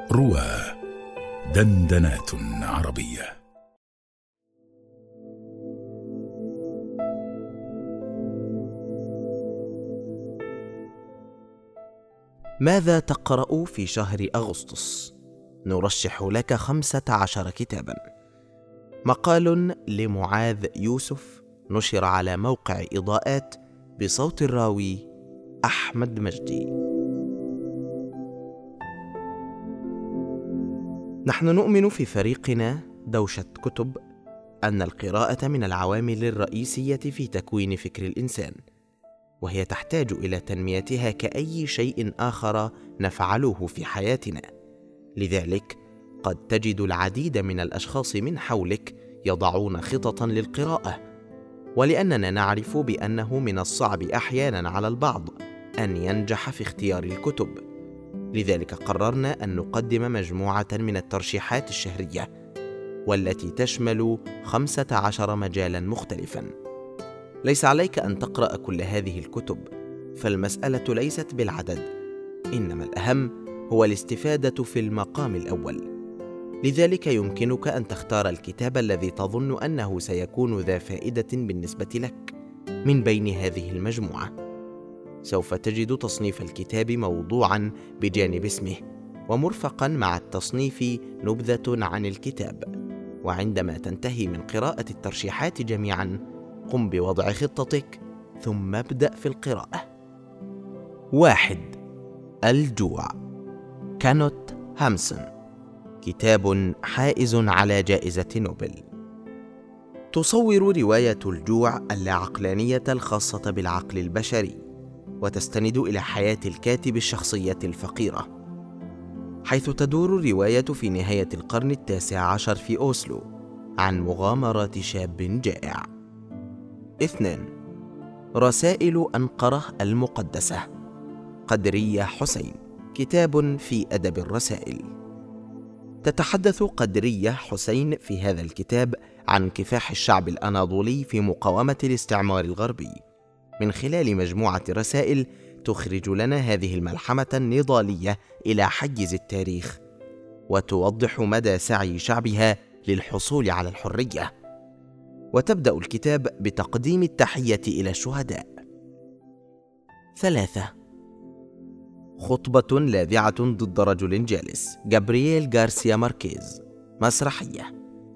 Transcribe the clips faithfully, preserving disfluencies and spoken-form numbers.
روى دندنات عربية. ماذا تقرأ في شهر أغسطس؟ نرشح لك خمسة عشر كتابا. مقال لمعاذ يوسف نشر على موقع إضاءات بصوت الراوي أحمد مجدي. نحن نؤمن في فريقنا دوشة كتب أن القراءة من العوامل الرئيسية في تكوين فكر الإنسان، وهي تحتاج إلى تنميتها كأي شيء آخر نفعله في حياتنا. لذلك قد تجد العديد من الأشخاص من حولك يضعون خططا للقراءة، ولأننا نعرف بأنه من الصعب أحيانا على البعض أن ينجح في اختيار الكتب، لذلك قررنا أن نقدم مجموعة من الترشيحات الشهرية والتي تشمل خمسة عشر مجالا مختلفا. ليس عليك أن تقرأ كل هذه الكتب، فالمسألة ليست بالعدد، إنما الأهم هو الاستفادة في المقام الأول. لذلك يمكنك أن تختار الكتاب الذي تظن أنه سيكون ذا فائدة بالنسبة لك من بين هذه المجموعة. سوف تجد تصنيف الكتاب موضوعا بجانب اسمه، ومرفقا مع التصنيف نبذة عن الكتاب. وعندما تنتهي من قراءة الترشيحات جميعا، قم بوضع خطتك ثم ابدأ في القراءة. واحد. الجوع، كانوت هامسون، كتاب حائز على جائزة نوبل. تصور رواية الجوع اللاعقلانية الخاصة بالعقل البشري، وتستند إلى حياة الكاتب الشخصية الفقيرة، حيث تدور الرواية في نهاية القرن التاسع عشر في أوسلو عن مغامرات شاب جائع. اثنان. رسائل أنقرة المقدسة، قدرية حسين، كتاب في أدب الرسائل. تتحدث قدرية حسين في هذا الكتاب عن كفاح الشعب الأناضولي في مقاومة الاستعمار الغربي، من خلال مجموعة رسائل تخرج لنا هذه الملحمة النضالية إلى حيز التاريخ، وتوضح مدى سعي شعبها للحصول على الحرية. وتبدأ الكتاب بتقديم التحية إلى الشهداء. ثلاثة. خطبة لاذعة ضد رجل جالس، جابرييل غارسيا ماركيز، مسرحية.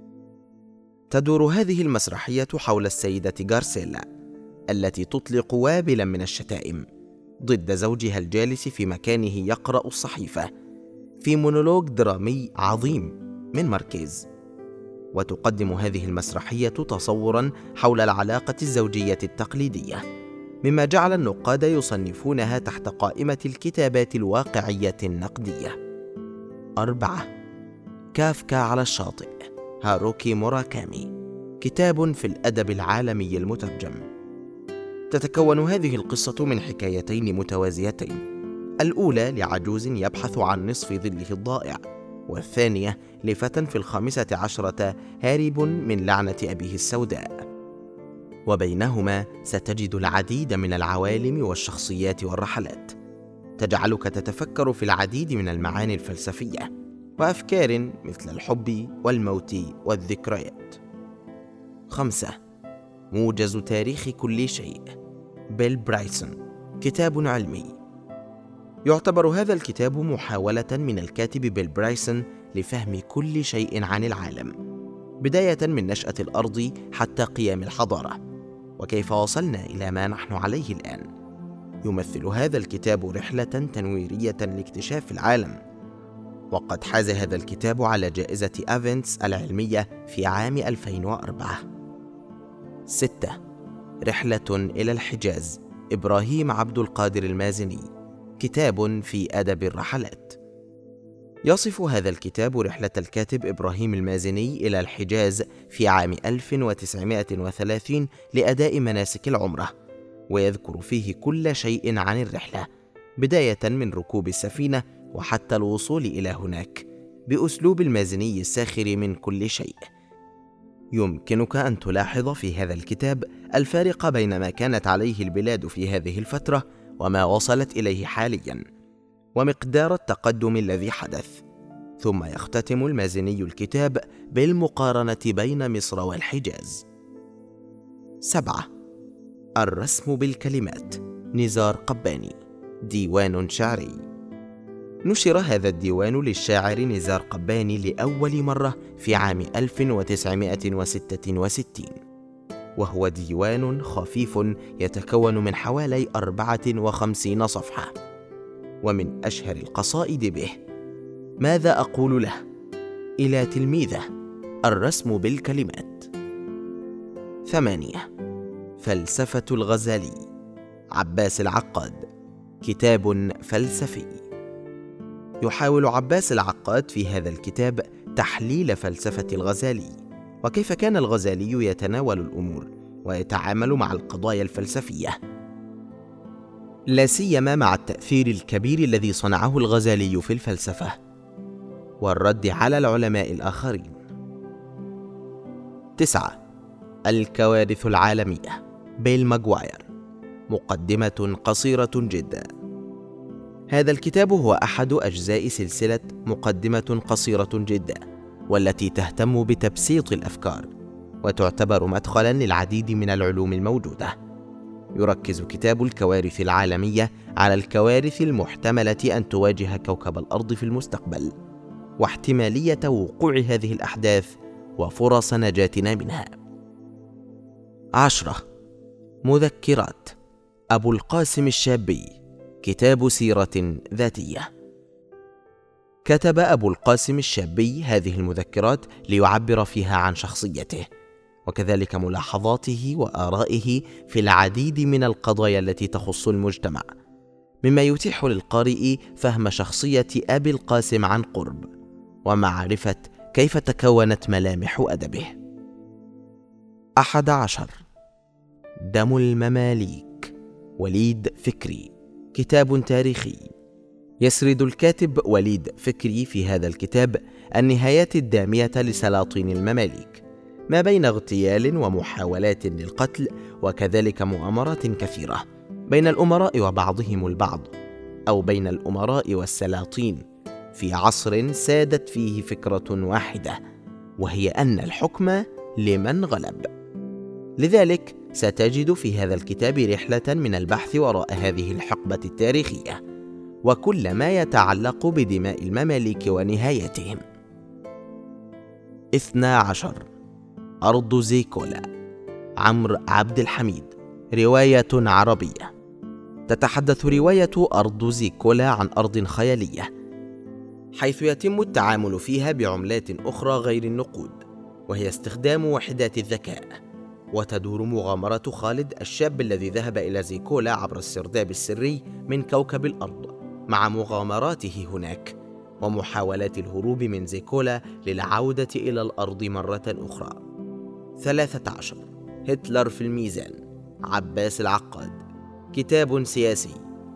تدور هذه المسرحية حول السيدة غارسيلا التي تطلق وابلا من الشتائم ضد زوجها الجالس في مكانه يقرأ الصحيفة، في مونولوج درامي عظيم من ماركيز. وتقدم هذه المسرحية تصوراً حول العلاقة الزوجية التقليدية، مما جعل النقاد يصنفونها تحت قائمة الكتابات الواقعية النقدية. أربعة. كافكا على الشاطئ، هاروكي موراكامي، كتاب في الأدب العالمي المترجم. تتكون هذه القصة من حكايتين متوازيتين، الأولى لعجوز يبحث عن نصف ظله الضائع، والثانية لفتى في الخامسة عشرة هارب من لعنة أبيه السوداء. وبينهما ستجد العديد من العوالم والشخصيات والرحلات، تجعلك تتفكر في العديد من المعاني الفلسفية وأفكار مثل الحب والموت والذكريات. خمسة. موجز تاريخ كل شيء، بيل برايسون، كتاب علمي. يعتبر هذا الكتاب محاولة من الكاتب بيل برايسون لفهم كل شيء عن العالم، بداية من نشأة الأرض حتى قيام الحضارة، وكيف وصلنا إلى ما نحن عليه الآن. يمثل هذا الكتاب رحلة تنويرية لاكتشاف العالم، وقد حاز هذا الكتاب على جائزة آفنتس العلمية في عام ألفين وأربعة. ستة. رحلة إلى الحجاز، إبراهيم عبد القادر المازني، كتاب في أدب الرحلات. يصف هذا الكتاب رحلة الكاتب إبراهيم المازني إلى الحجاز في عام ألف وتسعمائة وثلاثين لأداء مناسك العمرة، ويذكر فيه كل شيء عن الرحلة، بداية من ركوب السفينة وحتى الوصول إلى هناك، بأسلوب المازني الساخر من كل شيء. يمكنك أن تلاحظ في هذا الكتاب الفارق بين ما كانت عليه البلاد في هذه الفترة وما وصلت إليه حاليا، ومقدار التقدم الذي حدث. ثم يختتم المازني الكتاب بالمقارنة بين مصر والحجاز. سبعة. الرسم بالكلمات، نزار قباني، ديوان شعري. نشر هذا الديوان للشاعر نزار قباني لأول مرة في عام ألف وتسعمائة وستة وستين، وهو ديوان خفيف يتكون من حوالي أربعة وخمسين صفحة، ومن أشهر القصائد به: ماذا أقول له؟ إلى تلميذه، الرسم بالكلمات. ثمانية. فلسفة الغزالي، عباس العقاد، كتاب فلسفي. يحاول عباس العقاد في هذا الكتاب تحليل فلسفة الغزالي، وكيف كان الغزالي يتناول الأمور ويتعامل مع القضايا الفلسفية، لا سيما مع التأثير الكبير الذي صنعه الغزالي في الفلسفة والرد على العلماء الآخرين. تسعة. الكوارث العالمية، بيل ماغواير، مقدمة قصيرة جدا. هذا الكتاب هو أحد أجزاء سلسلة مقدمة قصيرة جدا، والتي تهتم بتبسيط الأفكار وتعتبر مدخلا للعديد من العلوم الموجودة. يركز كتاب الكوارث العالمية على الكوارث المحتملة أن تواجه كوكب الأرض في المستقبل، واحتمالية وقوع هذه الأحداث وفرص نجاتنا منها. عشرة. مذكرات، أبو القاسم الشابي، كتاب سيرة ذاتية. كتب أبو القاسم الشابي هذه المذكرات ليعبر فيها عن شخصيته، وكذلك ملاحظاته وآرائه في العديد من القضايا التي تخص المجتمع، مما يتيح للقارئ فهم شخصية أبي القاسم عن قرب ومعرفة كيف تكونت ملامح أدبه. أحد عشر. دم المماليك، وليد فكري، كتاب تاريخي. يسرد الكاتب وليد فكري في هذا الكتاب النهايات الدامية لسلاطين المماليك، ما بين اغتيال ومحاولات للقتل، وكذلك مؤامرات كثيرة بين الأمراء وبعضهم البعض، أو بين الأمراء والسلاطين، في عصر سادت فيه فكرة واحدة، وهي أن الحكم لمن غلب. لذلك ستجد في هذا الكتاب رحلة من البحث وراء هذه الحقبة التاريخية وكل ما يتعلق بدماء المماليك ونهايتهم. اثنا عشر. أرض زيكولا، عمرو عبد الحميد، رواية عربية. تتحدث رواية أرض زيكولا عن أرض خيالية، حيث يتم التعامل فيها بعملات أخرى غير النقود، وهي استخدام وحدات الذكاء. وتدور مغامرة خالد الشاب الذي ذهب إلى زيكولا عبر السرداب السري من كوكب الأرض، مع مغامراته هناك ومحاولات الهروب من زيكولا للعودة إلى الأرض مرة أخرى. ثلاثة عشر. هتلر في الميزان، عباس العقاد، كتاب سياسي.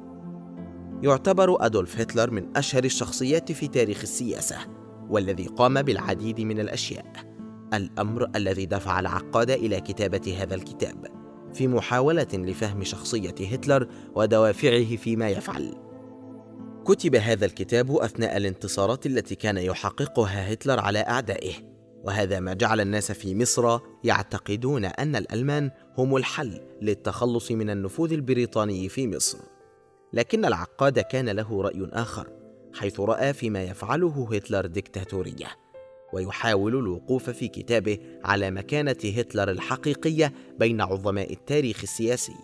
يعتبر أدولف هتلر من أشهر الشخصيات في تاريخ السياسة، والذي قام بالعديد من الأشياء، الأمر الذي دفع العقاد إلى كتابة هذا الكتاب في محاولة لفهم شخصية هتلر ودوافعه فيما يفعل. كتب هذا الكتاب أثناء الانتصارات التي كان يحققها هتلر على أعدائه، وهذا ما جعل الناس في مصر يعتقدون أن الألمان هم الحل للتخلص من النفوذ البريطاني في مصر. لكن العقاد كان له رأي آخر، حيث رأى فيما يفعله هتلر ديكتاتورية، ويحاول الوقوف في كتابه على مكانة هتلر الحقيقية بين عظماء التاريخ السياسي.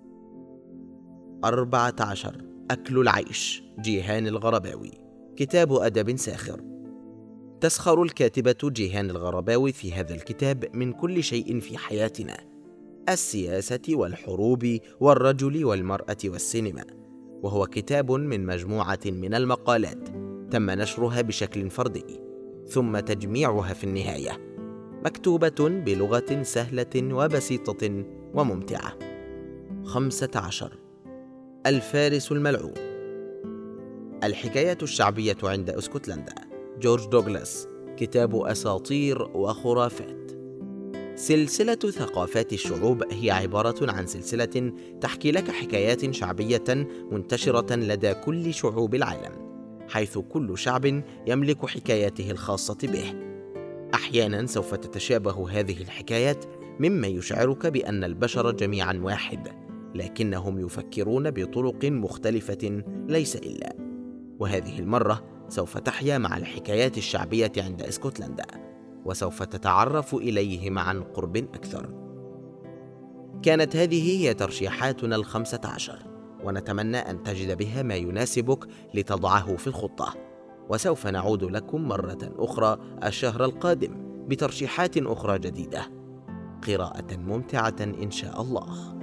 أربعة عشر. أكل العيش، جيهان الغرباوي، كتاب أدب ساخر. تسخر الكاتبة جيهان الغرباوي في هذا الكتاب من كل شيء في حياتنا، السياسة والحروب والرجل والمرأة والسينما، وهو كتاب من مجموعة من المقالات تم نشرها بشكل فردي ثم تجميعها في النهاية، مكتوبة بلغة سهلة وبسيطة وممتعة. خمسة عشر. الفارس الملعون، الحكاية الشعبية عند اسكتلندا، جورج دوغلاس، كتاب أساطير وخرافات. سلسلة ثقافات الشعوب هي عبارة عن سلسلة تحكي لك حكايات شعبية منتشرة لدى كل شعوب العالم، حيث كل شعب يملك حكاياته الخاصة به. أحيانا سوف تتشابه هذه الحكايات، مما يشعرك بأن البشر جميعا واحد، لكنهم يفكرون بطرق مختلفة ليس إلا. وهذه المرة سوف تحيا مع الحكايات الشعبية عند اسكتلندا، وسوف تتعرف إليهم عن قرب أكثر. كانت هذه هي ترشيحاتنا الخمسة عشر، ونتمنى أن تجد بها ما يناسبك لتضعه في الخطة. وسوف نعود لكم مرة أخرى الشهر القادم بترشيحات أخرى جديدة. قراءة ممتعة إن شاء الله.